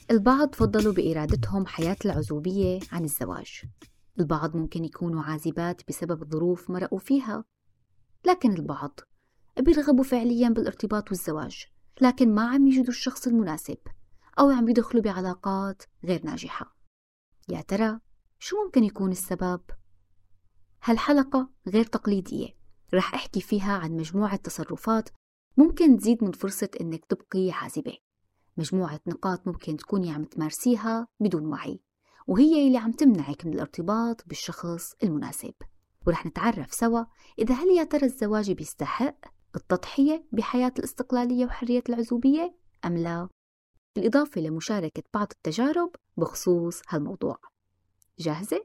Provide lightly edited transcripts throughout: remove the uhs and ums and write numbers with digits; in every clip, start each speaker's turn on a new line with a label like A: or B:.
A: البعض فضلوا بإرادتهم حياة العزوبية عن الزواج. البعض ممكن يكونوا عازبات بسبب ظروف مرقوا فيها، لكن البعض بيرغبوا فعليا بالارتباط والزواج، لكن ما عم يجدوا الشخص المناسب أو عم يدخلوا بعلاقات غير ناجحة. يا ترى شو ممكن يكون السبب؟ هالحلقة غير تقليدية، رح أحكي فيها عن مجموعة تصرفات ممكن تزيد من فرصة إنك تبقي عازبة، مجموعة نقاط ممكن تكوني عم تمارسيها بدون وعي، وهي اللي عم تمنعك من الارتباط بالشخص المناسب. ورح نتعرف سوا إذا هل يا ترى الزواج بيستحق التضحية بحياة الاستقلالية وحرية العزوبية أم لا؟ بالإضافة لمشاركة بعض التجارب بخصوص هالموضوع. جاهزة؟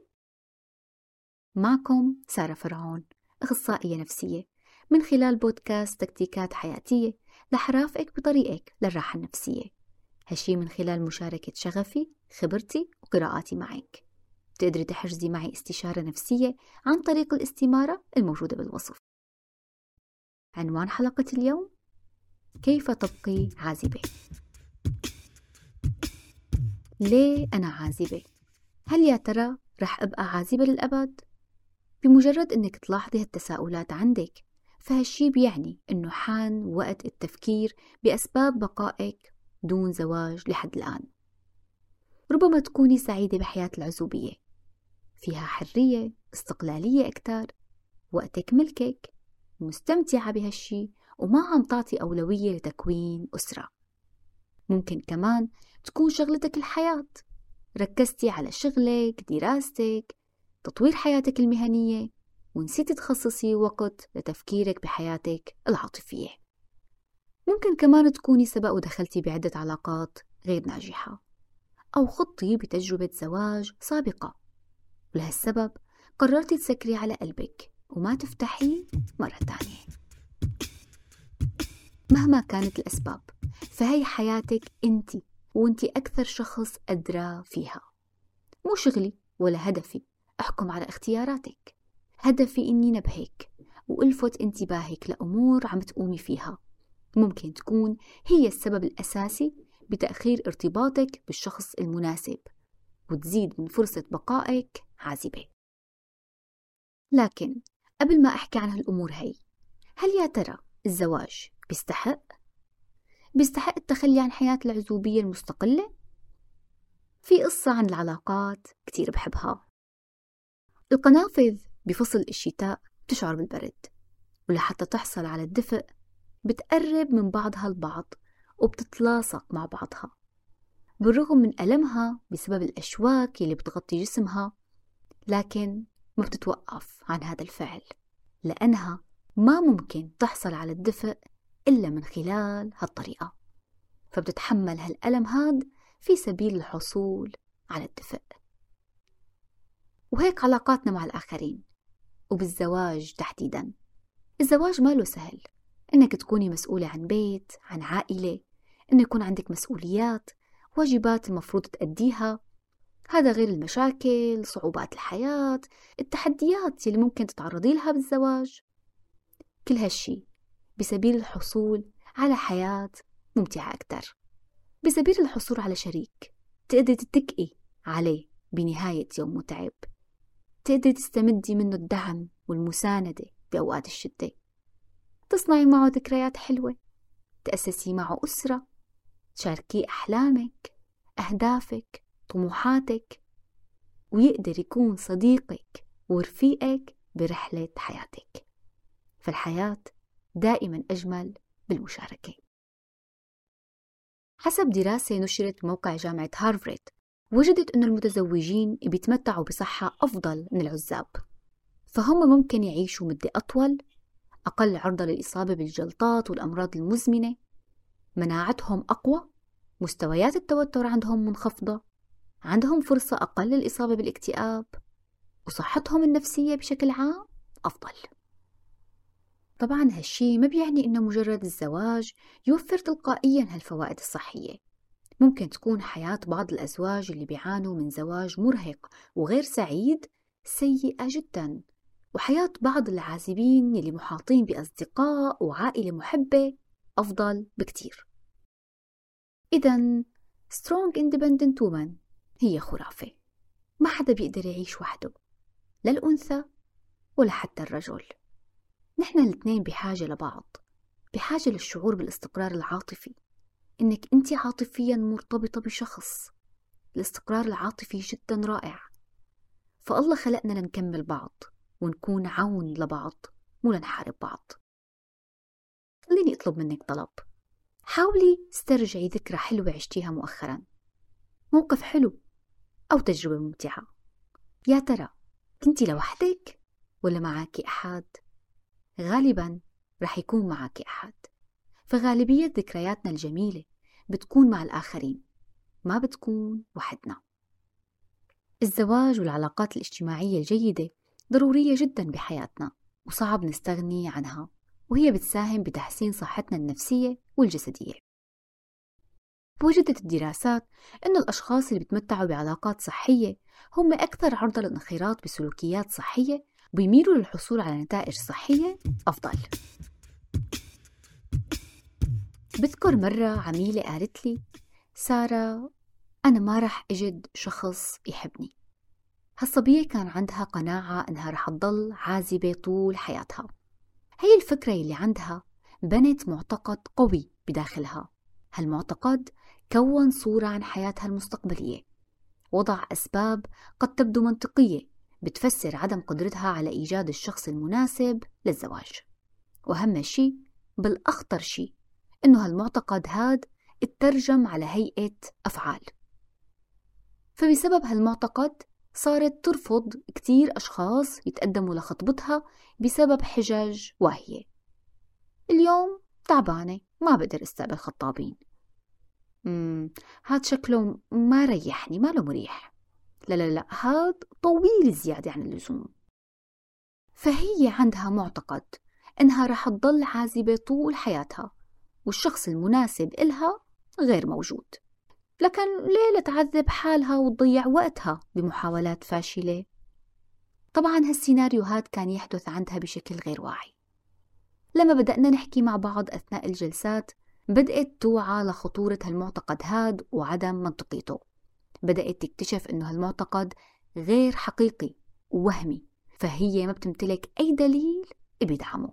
A: معكم سارة فرعون، أخصائية نفسية، من خلال بودكاست تكتيكات حياتية رح رافقك بطريقك للراحة النفسية، هالشي من خلال مشاركة شغفي، خبرتي وقراءاتي معك. تقدري تحجزي معي استشارة نفسية عن طريق الاستمارة الموجودة بالوصف. عنوان حلقة اليوم: كيف تبقي عازبة؟ ليه أنا عازبة؟ هل يا ترى رح أبقى عازبة للأبد؟ بمجرد أنك تلاحظي هالتساؤلات عندك، فهالشي بيعني أنه حان وقت التفكير بأسباب بقائك دون زواج لحد الآن. ربما تكوني سعيدة بحياة العزوبية، فيها حرية، استقلالية أكتر، وقتك ملكك، مستمتعة بهالشي وما عم تعطي أولوية لتكوين أسرة. ممكن كمان تكون شغلتك الحياة، ركزتي على شغلك، دراستك، تطوير حياتك المهنية، ونسيتي تخصصي وقت لتفكيرك بحياتك العاطفية. ممكن كمان تكوني سبق ودخلتي بعدة علاقات غير ناجحة، أو خضتي بتجربة زواج سابقة، ولهالسبب قررتي تسكري على قلبك وما تفتحيه مرة تانية. مهما كانت الأسباب، فهي حياتك أنتِ، وأنتِ أكثر شخص أدرى فيها. مو شغلي ولا هدفي أحكم على اختياراتك. هدفي إني نبهك وألفت انتباهك لأمور عم تقومي فيها ممكن تكون هي السبب الأساسي بتأخير ارتباطك بالشخص المناسب، وتزيد من فرصة بقائك عازبة. لكن قبل ما أحكي عن هالأمور هل يا ترى الزواج بيستحق التخلي عن حياة العزوبية المستقلة؟ في قصة عن العلاقات كتير بحبها. القنافذ بفصل الشتاء بتشعر بالبرد، ولحتى تحصل على الدفء بتقرب من بعضها البعض وبتتلاصق مع بعضها. بالرغم من ألمها بسبب الأشواك اللي بتغطي جسمها، لكن ما بتتوقف عن هذا الفعل، لأنها ما ممكن تحصل على الدفء إلا من خلال هالطريقة، فبتتحمل هالألم هاد في سبيل الحصول على الدفء. وهيك علاقاتنا مع الآخرين، وبالزواج تحديدا. الزواج ما له سهل، إنك تكوني مسؤولة عن بيت، عن عائلة، إنه يكون عندك مسؤوليات، واجبات المفروض تأديها. هذا غير المشاكل، صعوبات الحياة، التحديات اللي ممكن تتعرضي لها بالزواج. كل هالشي بسبيل الحصول على حياة ممتعة أكتر، بسبيل الحصول على شريك تقدري تتكئي عليه بنهاية يوم متعب، تقدري تستمدي منه الدعم والمساندة بأوقات الشدة، تصنعي معه ذكريات حلوة، تأسسي معه أسرة، تشاركي أحلامك، أهدافك، طموحاتك، ويقدر يكون صديقك ورفيقك برحلة حياتك. فالحياة دائما أجمل بالمشاركة. حسب دراسة نشرت بموقع جامعة هارفارد، وجدت أن المتزوجين بيتمتعوا بصحة أفضل من العزاب، فهم ممكن يعيشوا مدة أطول، أقل عرضة للإصابة بالجلطات والأمراض المزمنة، مناعتهم أقوى، مستويات التوتر عندهم منخفضة، عندهم فرصة أقل للإصابة بالاكتئاب، وصحتهم النفسية بشكل عام أفضل. طبعا هالشي ما بيعني إنه مجرد الزواج يوفر تلقائيا هالفوائد الصحية. ممكن تكون حياة بعض الأزواج اللي بيعانوا من زواج مرهق وغير سعيد سيئة جدا، وحياة بعض العازبين اللي محاطين بأصدقاء وعائلة محبة أفضل بكتير. إذن strong independent woman هي خرافة. ما حدا بيقدر يعيش وحده، لا الأنثى ولا حتى الرجل. نحن الاثنين بحاجة لبعض، بحاجة للشعور بالاستقرار العاطفي، إنك أنت عاطفيا مرتبطة بشخص. الاستقرار العاطفي جدا رائع، فالله خلقنا لنكمل بعض ونكون عون لبعض، مو لنحارب بعض. خليني أطلب منك طلب، حاولي استرجعي ذكرى حلوة عشتيها مؤخرا، موقف حلو أو تجربة ممتعة. يا ترى كنتي لوحدك ولا معاكي أحد؟ غالبا رح يكون معاكي أحد، فغالبية ذكرياتنا الجميلة بتكون مع الآخرين، ما بتكون وحدنا. الزواج والعلاقات الاجتماعية الجيدة ضرورية جدا بحياتنا، وصعب نستغني عنها، وهي بتساهم بتحسين صحتنا النفسية والجسدية. وجدت الدراسات أن الأشخاص اللي بيتمتعوا بعلاقات صحية هم أكثر عرضة للانخراط بسلوكيات صحية، وبيميلوا للحصول على نتائج صحية أفضل. بذكر مرة عميلة قالت لي: سارة، أنا ما رح أجد شخص يحبني. هالصبية كان عندها قناعة أنها رح تضل عازبة طول حياتها. هي الفكرة اللي عندها بنت معتقد قوي بداخلها. هالمعتقد كون صورة عن حياتها المستقبلية، وضع أسباب قد تبدو منطقية بتفسر عدم قدرتها على إيجاد الشخص المناسب للزواج. وأهم شيء بالأخطر شيء إنه هالمعتقد هاد اترجم على هيئة أفعال. فبسبب هالمعتقد صارت ترفض كتير أشخاص يتقدموا لخطبتها بسبب حجج واهية. اليوم تعبانة، ما بقدر استقبل خطابين. هاد شكله ما ريحني، ما له مريح. لا هاد طويل زيادة عن اللزوم. فهي عندها معتقد إنها رح تضل عازبة طول حياتها، والشخص المناسب إلها غير موجود. لكن ليه تعذب حالها وتضيع وقتها بمحاولات فاشلة؟ طبعا هالسيناريو هاد كان يحدث عندها بشكل غير واعي. لما بدأنا نحكي مع بعض أثناء الجلسات بدأت توعى لخطورة هالمعتقد هاد وعدم منطقيته. بدأت تكتشف إنه هالمعتقد غير حقيقي ووهمي، فهي ما بتمتلك أي دليل بيدعمه.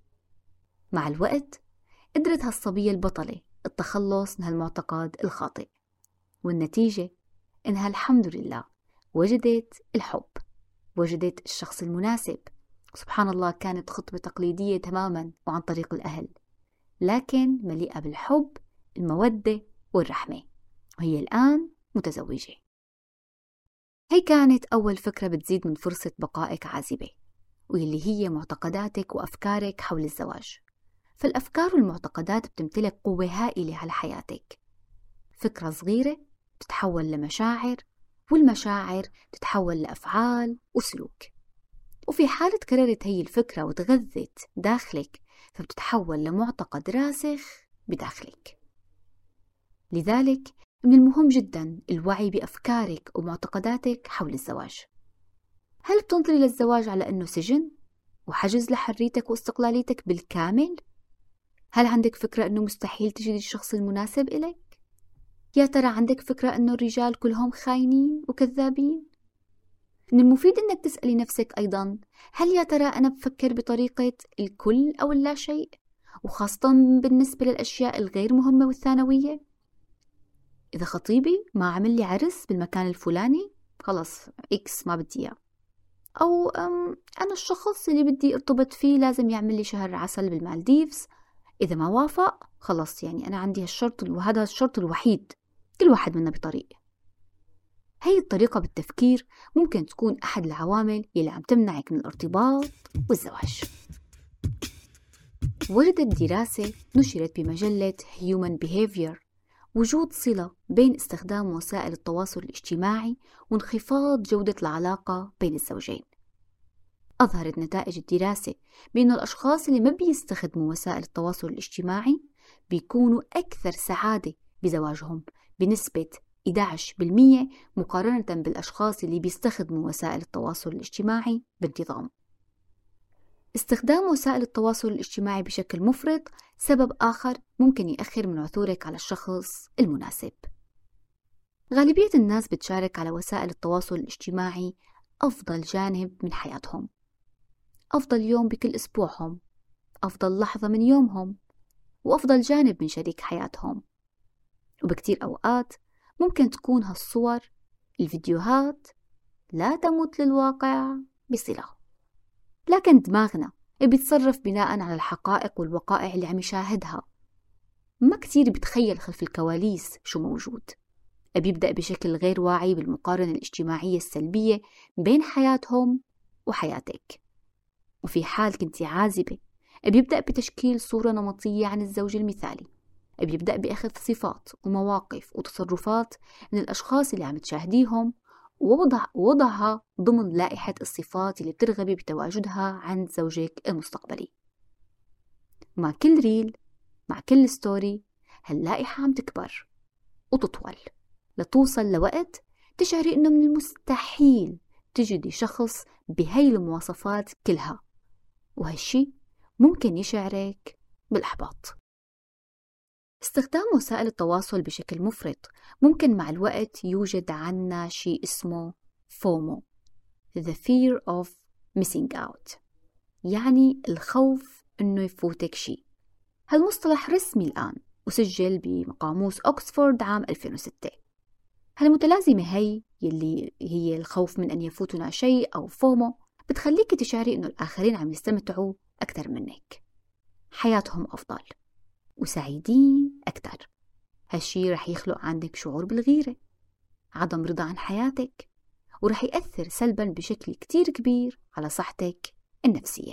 A: مع الوقت قدرت هالصبية البطلة التخلص من هالمعتقد الخاطئ، والنتيجة إنها الحمد لله وجدت الحب، وجدت الشخص المناسب. سبحان الله، كانت خطبة تقليدية تماما وعن طريق الأهل، لكن مليئة بالحب، المودة والرحمة، وهي الآن متزوجة. هي كانت أول فكرة بتزيد من فرصة بقائك عازبة، واللي هي معتقداتك وأفكارك حول الزواج. فالأفكار والمعتقدات بتمتلك قوة هائلة على حياتك. فكرة صغيرة بتتحول لمشاعر، والمشاعر بتتحول لأفعال وسلوك. وفي حالة كررت هي الفكرة وتغذت داخلك فبتتحول لمعتقد راسخ بداخلك. لذلك من المهم جدا الوعي بأفكارك ومعتقداتك حول الزواج. هل بتنظري للزواج على أنه سجن وحجز لحريتك واستقلاليتك بالكامل؟ هل عندك فكرة أنه مستحيل تجد الشخص المناسب إليك؟ يا ترى عندك فكرة أنه الرجال كلهم خاينين وكذابين؟ من المفيد أنك تسألي نفسك أيضا: هل يا ترى أنا بفكر بطريقة الكل أو اللا شيء، وخاصة بالنسبة للأشياء الغير مهمة والثانوية؟ إذا خطيبي ما عمل لي عرس بالمكان الفلاني، خلص إكس ما بدي إياه. أو أنا الشخص اللي بدي ارتبط فيه لازم يعمل لي شهر عسل بالمالديفز، إذا ما وافق خلص يعني أنا عندي هالشرط وهذا الشرط الوحيد، كل واحد منا بطريق. هاي الطريقة بالتفكير ممكن تكون أحد العوامل يلي عم تمنعك من الارتباط والزواج. وجدت دراسة نشرت بمجلة Human Behavior وجود صلة بين استخدام وسائل التواصل الاجتماعي وانخفاض جودة العلاقة بين الزوجين. أظهرت نتائج الدراسة بأن الأشخاص اللي ما بيستخدموا وسائل التواصل الاجتماعي بيكونوا أكثر سعادة بزواجهم بنسبة 11% مقارنة بالأشخاص اللي بيستخدموا وسائل التواصل الاجتماعي بانتظام. استخدام وسائل التواصل الاجتماعي بشكل مفرط سبب آخر ممكن يأخر من عثورك على الشخص المناسب. غالبية الناس بتشارك على وسائل التواصل الاجتماعي أفضل جانب من حياتهم، أفضل يوم بكل أسبوعهم، أفضل لحظة من يومهم، وأفضل جانب من شريك حياتهم. وبكتير أوقات ممكن تكون هالصور الفيديوهات لا تمت للواقع بصلة، لكن دماغنا بيتصرف بناء على الحقائق والوقائع اللي عم يشاهدها، ما كتير بتخيل خلف الكواليس شو موجود. بيبدأ بشكل غير واعي بالمقارنة الاجتماعية السلبية بين حياتهم وحياتك. وفي حال كنتي عازبة بيبدأ بتشكيل صورة نمطية عن الزوج المثالي، بيبدأ بأخذ صفات ومواقف وتصرفات من الأشخاص اللي عم تشاهديهم ووضعها ضمن لائحة الصفات اللي بترغبي بتواجدها عند زوجك المستقبلي. مع كل ريل، مع كل ستوري، هاللائحة عم تكبر وتطول لتوصل لوقت تشعري إنه من المستحيل تجدي شخص بهاي المواصفات كلها، وهالشي ممكن يشعرك بالإحباط. استخدام وسائل التواصل بشكل مفرط ممكن مع الوقت يوجد عنا شيء اسمه FOMO، The Fear of Missing Out، يعني الخوف إنه يفوتك شيء. هالمصطلح رسمي الآن وسجل بقاموس أكسفورد عام 2006. هالمتلازمة هي يلي هي الخوف من أن يفوتنا شيء أو فومو بتخليك تشعري إنه الآخرين عم يستمتعوا أكثر منك، حياتهم أفضل وسعيدين أكثر. هالشي رح يخلق عندك شعور بالغيرة، عدم رضا عن حياتك، ورح يأثر سلبا بشكل كتير كبير على صحتك النفسية.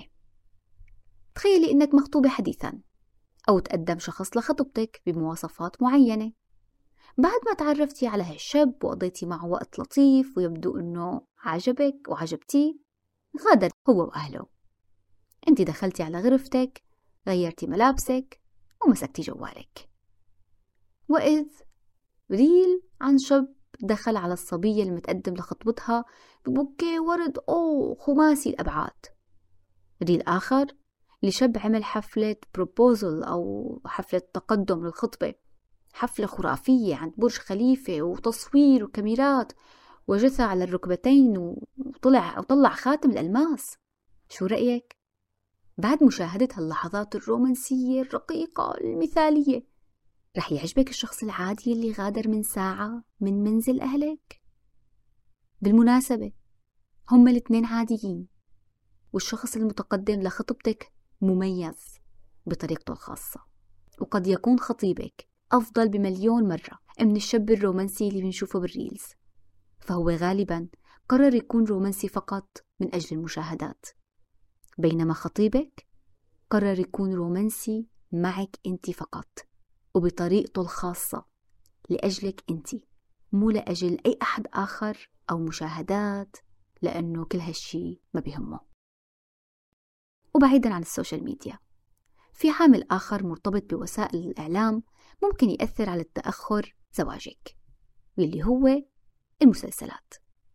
A: تخيلي إنك مخطوبة حديثا، أو تقدم شخص لخطبتك بمواصفات معينة. بعد ما تعرفتي على هالشاب وقضيتي معه وقت لطيف ويبدو إنه عجبك وعجبتيه، غادر هو وأهله. أنت دخلتي على غرفتك، غيرتي ملابسك ومسكتي جوالك، وإذ ريل عن شاب دخل على الصبية المتقدم لخطبتها ببوكيه ورد خماسي الأبعاد. ريل آخر لشاب عمل حفلة بروبوزل أو حفلة تقدم للخطبة، حفلة خرافية عند برج خليفة وتصوير وكاميرات، وجثى على الركبتين وطلع خاتم الألماس. شو رأيك؟ بعد مشاهدة هاللحظات الرومانسية الرقيقة المثالية، رح يعجبك الشخص العادي اللي غادر من ساعة من منزل أهلك؟ بالمناسبة هم الاثنين عاديين، والشخص المتقدم لخطبتك مميز بطريقته الخاصة، وقد يكون خطيبك أفضل بمليون مرة من الشاب الرومانسي اللي بنشوفه بالريلز، فهو غالبا قرر يكون رومانسي فقط من أجل المشاهدات، بينما خطيبك قرر يكون رومانسي معك أنت فقط وبطريقته الخاصة لأجلك أنت، مو لأجل أي أحد آخر أو مشاهدات، لأنه كل هالشي ما بيهمه. وبعيدا عن السوشيال ميديا، في عامل آخر مرتبط بوسائل الإعلام ممكن يأثر على التأخر زواجك، واللي هو المسلسلات.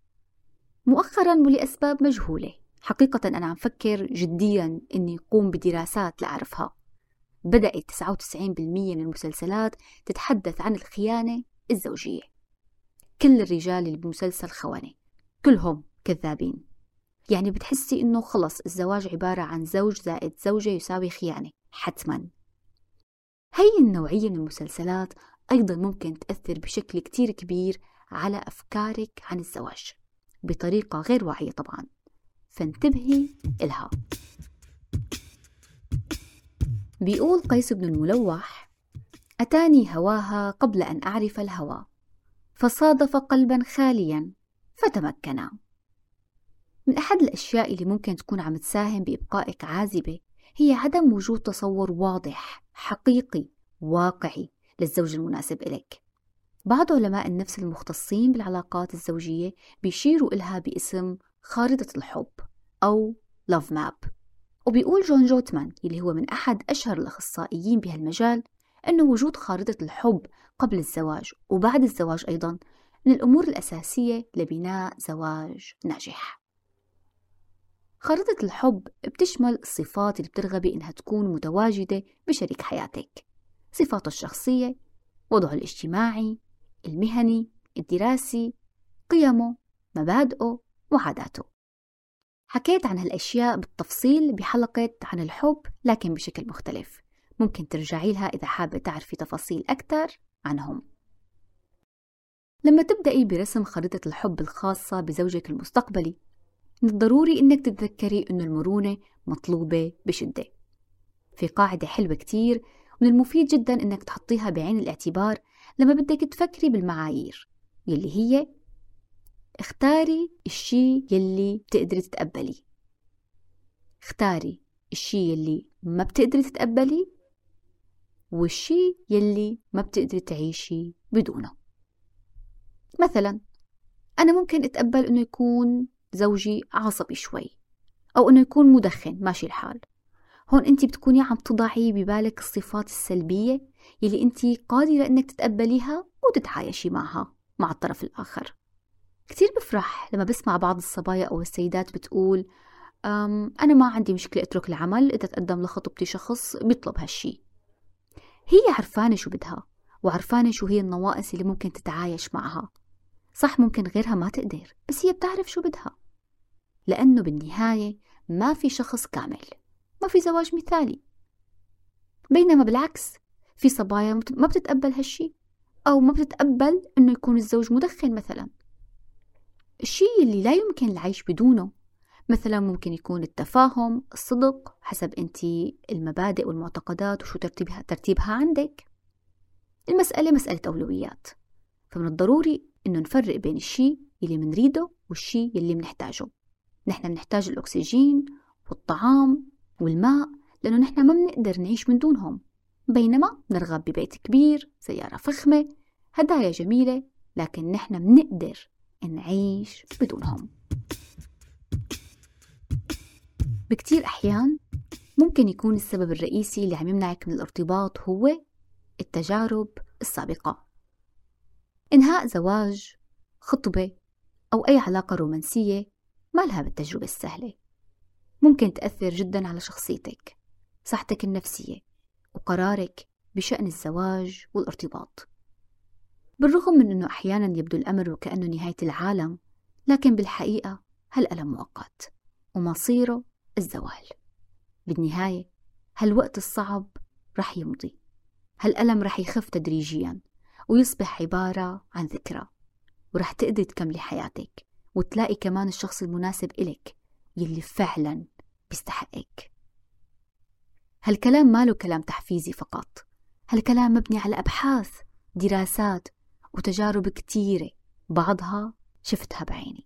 A: مؤخرا ولأسباب مجهولة، حقيقة أنا عم فكر جديا أني قوم بدراسات لأعرفها، بدأت 99% من المسلسلات تتحدث عن الخيانة الزوجية. كل الرجال اللي بمسلسل خونة كلهم كذابين، يعني بتحسي إنه خلص الزواج عبارة عن زوج زائد زوجة يساوي خيانة حتما. هاي النوعية من المسلسلات أيضا ممكن تأثر بشكل كتير كبير على أفكارك عن الزواج بطريقة غير واعية طبعا، فانتبهي إلها. بيقول قيس بن الملوح: أتاني هواها قبل أن أعرف الهوى، فصادف قلبا خاليا فتمكنا. من أحد الأشياء اللي ممكن تكون عم تساهم بإبقائك عازبة هي عدم وجود تصور واضح حقيقي واقعي للزوج المناسب إليك. بعض علماء النفس المختصين بالعلاقات الزوجية بيشيروا إلها باسم خارطة الحب أو Love Map. وبيقول جون جوتمان اللي هو من أحد أشهر الأخصائيين بهالمجال أنه وجود خارطة الحب قبل الزواج وبعد الزواج أيضا من الأمور الأساسية لبناء زواج ناجح. خارطة الحب بتشمل الصفات اللي بترغبي إنها تكون متواجدة بشريك حياتك، صفاته الشخصية، وضعه الاجتماعي، المهني، الدراسي، قيمه، مبادئه، وعاداته. حكيت عن هالأشياء بالتفصيل بحلقة عن الحب لكن بشكل مختلف، ممكن ترجعي لها إذا حابة تعرفي تفاصيل أكتر عنهم. لما تبدأي برسم خريطة الحب الخاصة بزوجك المستقبلي، من الضروري إنك تتذكري إنه المرونة مطلوبة بشدة. في قاعدة حلوة كتير ومن المفيد جدا إنك تحطيها بعين الاعتبار لما بدك تفكري بالمعايير، يلي هي: اختاري الشي يلي بتقدري تتقبليه، اختاري الشي يلي ما بتقدري تتقبليه، والشي يلي ما بتقدري تعيشي بدونه. مثلا أنا ممكن أتقبل إنه يكون زوجي عصبي شوي، أو إنه يكون مدخن ماشي الحال. هون أنت بتكوني عم تضعي ببالك الصفات السلبية يلي أنت قادرة إنك تتقبليها وتتعايشي معها مع الطرف الآخر. كتير بفرح لما بسمع بعض الصبايا أو السيدات بتقول أنا ما عندي مشكلة أترك العمل إذا تقدم لخطبتي شخص بيطلب هالشي. هي عرفانة شو بدها، وعرفانة شو هي النواقص اللي ممكن تتعايش معها. صح ممكن غيرها ما تقدر، بس هي بتعرف شو بدها، لأنه بالنهاية ما في شخص كامل، ما في زواج مثالي. بينما بالعكس في صبايا ما بتتقبل هالشي، أو ما بتتقبل إنه يكون الزوج مدخن مثلا. الشي اللي لا يمكن العيش بدونه مثلا ممكن يكون التفاهم، الصدق، حسب أنتي المبادئ والمعتقدات وشو ترتيبها عندك. المسألة مسألة أولويات، فمن الضروري إنه نفرق بين الشي اللي منريده والشي اللي منحتاجه. نحن منحتاج الأكسجين والطعام والماء لأنه نحن ما بنقدر نعيش من دونهم، بينما نرغب ببيت كبير، سيارة فخمة، هدايا جميلة، لكن نحن بنقدر نعيش بدونهم. بكتير أحيان ممكن يكون السبب الرئيسي اللي عم يمنعك من الارتباط هو التجارب السابقة. إنهاء زواج، خطبة، أو أي علاقة رومانسية ما لها بالتجربة السهلة، ممكن تأثر جدا على شخصيتك، صحتك النفسية، وقرارك بشأن الزواج والارتباط. بالرغم من أنه أحيانا يبدو الأمر وكأنه نهاية العالم، لكن بالحقيقة هالألم مؤقت ومصيره الزوال. بالنهاية هالوقت الصعب رح يمضي، هالألم رح يخف تدريجيا ويصبح عبارة عن ذكرى، ورح تقدر تكملي حياتك وتلاقي كمان الشخص المناسب إلك يلي فعلا بيستحقك. هالكلام ماله كلام تحفيزي فقط، هالكلام مبني على أبحاث، دراسات، وتجارب كتيرة بعضها شفتها بعيني.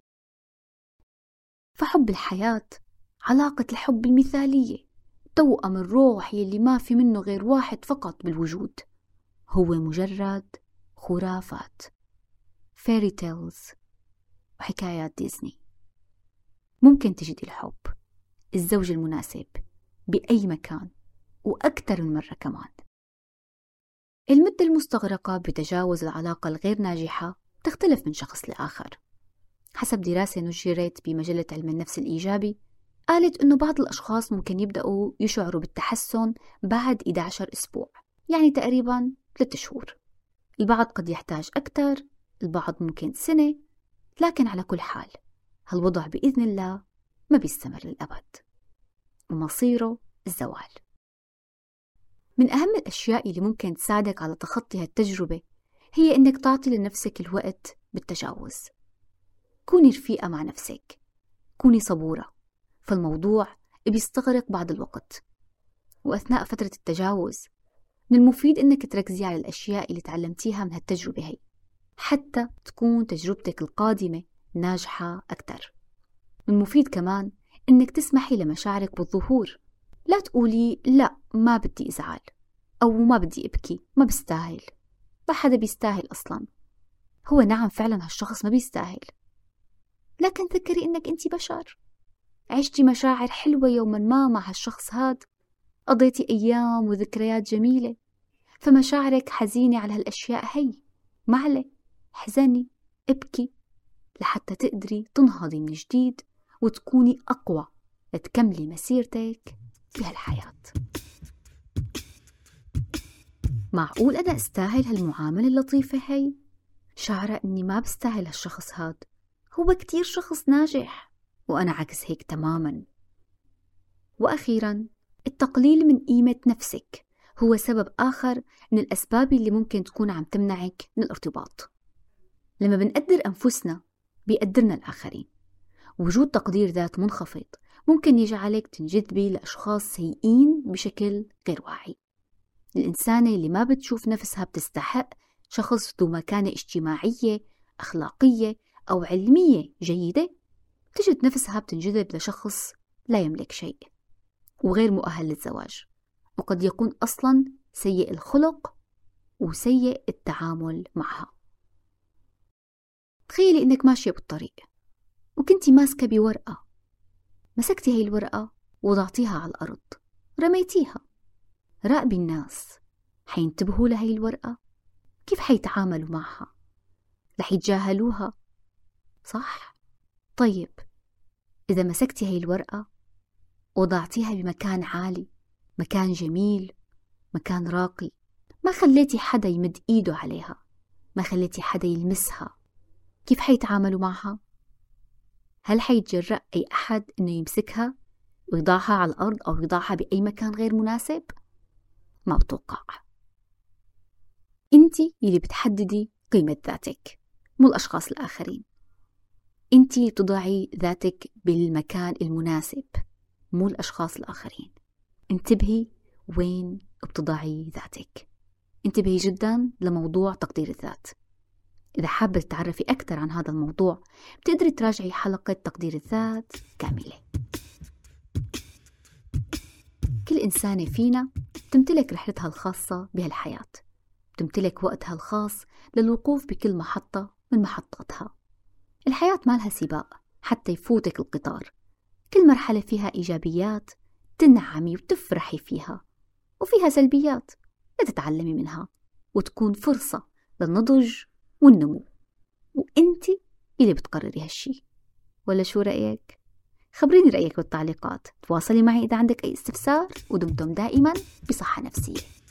A: فحب الحياة علاقة الحب المثالية، توأم الروح يلي ما في منه غير واحد فقط بالوجود، هو مجرد خرافات، فيري تيلز وحكايات ديزني. ممكن تجدي الحب، الزوج المناسب، بأي مكان وأكثر من مرة كمان. المدة المستغرقة بتجاوز العلاقة الغير ناجحة تختلف من شخص لآخر. حسب دراسة نشرت بمجلة علم النفس الإيجابي، قالت إنه بعض الأشخاص ممكن يبدأوا يشعروا بالتحسن بعد 11 أسبوع، يعني تقريباً 3 شهور. البعض قد يحتاج أكثر، البعض ممكن سنة، لكن على كل حال هالوضع بإذن الله ما بيستمر للأبد ومصيره الزوال. من أهم الأشياء اللي ممكن تساعدك على تخطي هالتجربة هي إنك تعطي لنفسك الوقت بالتجاوز. كوني رفيقة مع نفسك، كوني صبورة، فالموضوع بيستغرق بعض الوقت. وأثناء فترة التجاوز من المفيد إنك تركزي على الأشياء اللي تعلمتيها من هالتجربة هي، حتى تكون تجربتك القادمة ناجحة أكتر. من المفيد كمان إنك تسمحي لمشاعرك بالظهور. لا تقولي لا ما بدي إزعال، أو ما بدي أبكي، ما بيستاهل، ما حدا بيستاهل أصلا. هو نعم فعلا هالشخص ما بيستاهل، لكن فكري إنك أنت بشر، عشتي مشاعر حلوة يوما ما مع هالشخص هاد، قضيتي أيام وذكريات جميلة، فمشاعرك حزينة على هالأشياء هي، معلي حزني، ابكي، لحتى تقدري تنهضي من جديد وتكوني أقوى لتكملي مسيرتك بهالحياة. معقول أنا أستاهل هالمعاملة اللطيفة هي؟ شعرة إني ما بستاهل هالشخص هاد، هو كتير شخص ناجح وأنا عكس هيك تماماً. وأخيراً، التقليل من قيمة نفسك هو سبب آخر من الأسباب اللي ممكن تكون عم تمنعك من الارتباط. لما بنقدر أنفسنا بيقدرنا الآخرين. وجود تقدير ذات منخفض ممكن يجعلك تنجذبي لأشخاص سيئين بشكل غير واعي. الإنسانة اللي ما بتشوف نفسها بتستحق شخص ذو مكانة اجتماعية، أخلاقية أو علمية جيدة، تجد نفسها بتنجذب لشخص لا يملك شيء وغير مؤهل للزواج، وقد يكون أصلاً سيء الخلق وسيء التعامل معها. تخيلي إنك ماشية بالطريق وكنتي ماسكة بورقة، مسكتي هاي الورقة وضعتيها على الأرض، رميتيها. راقبي الناس، حينتبهوا لهاي الورقة؟ كيف حيتعاملوا معها؟ رح يتجاهلوها؟ صح؟ طيب، إذا مسكتي هاي الورقة وضعتيها بمكان عالي، مكان جميل، مكان راقي، ما خليتي حدا يمد إيده عليها، ما خليتي حدا يلمسها، كيف حيتعاملوا معها؟ هل حيتجرأ أي أحد إنه يمسكها ويضعها على الأرض أو يضعها بأي مكان غير مناسب؟ ما بتوقع. أنتي اللي بتحددي قيمة ذاتك، مو الأشخاص الآخرين. أنتي اللي بتضعي ذاتك بالمكان المناسب، مو الأشخاص الآخرين. انتبهي وين بتضعي ذاتك. انتبهي جدا لموضوع تقدير الذات. إذا حابة تتعرفي أكثر عن هذا الموضوع بتقدري تراجعي حلقة تقدير الذات كاملة. كل إنسانة فينا تمتلك رحلتها الخاصة بهالحياة، تمتلك وقتها الخاص للوقوف بكل محطة من محطاتها. الحياة ما لها سباق حتى يفوتك القطار. كل مرحلة فيها إيجابيات تنعمي وتفرحي فيها، وفيها سلبيات لتتعلمي منها وتكون فرصة للنضج والنمو، وإنتي اللي بتقرري هالشي. ولا شو رأيك؟ خبريني رأيك بالتعليقات. تواصلي معي إذا عندك أي استفسار، ودمتم دائما بصحة نفسية.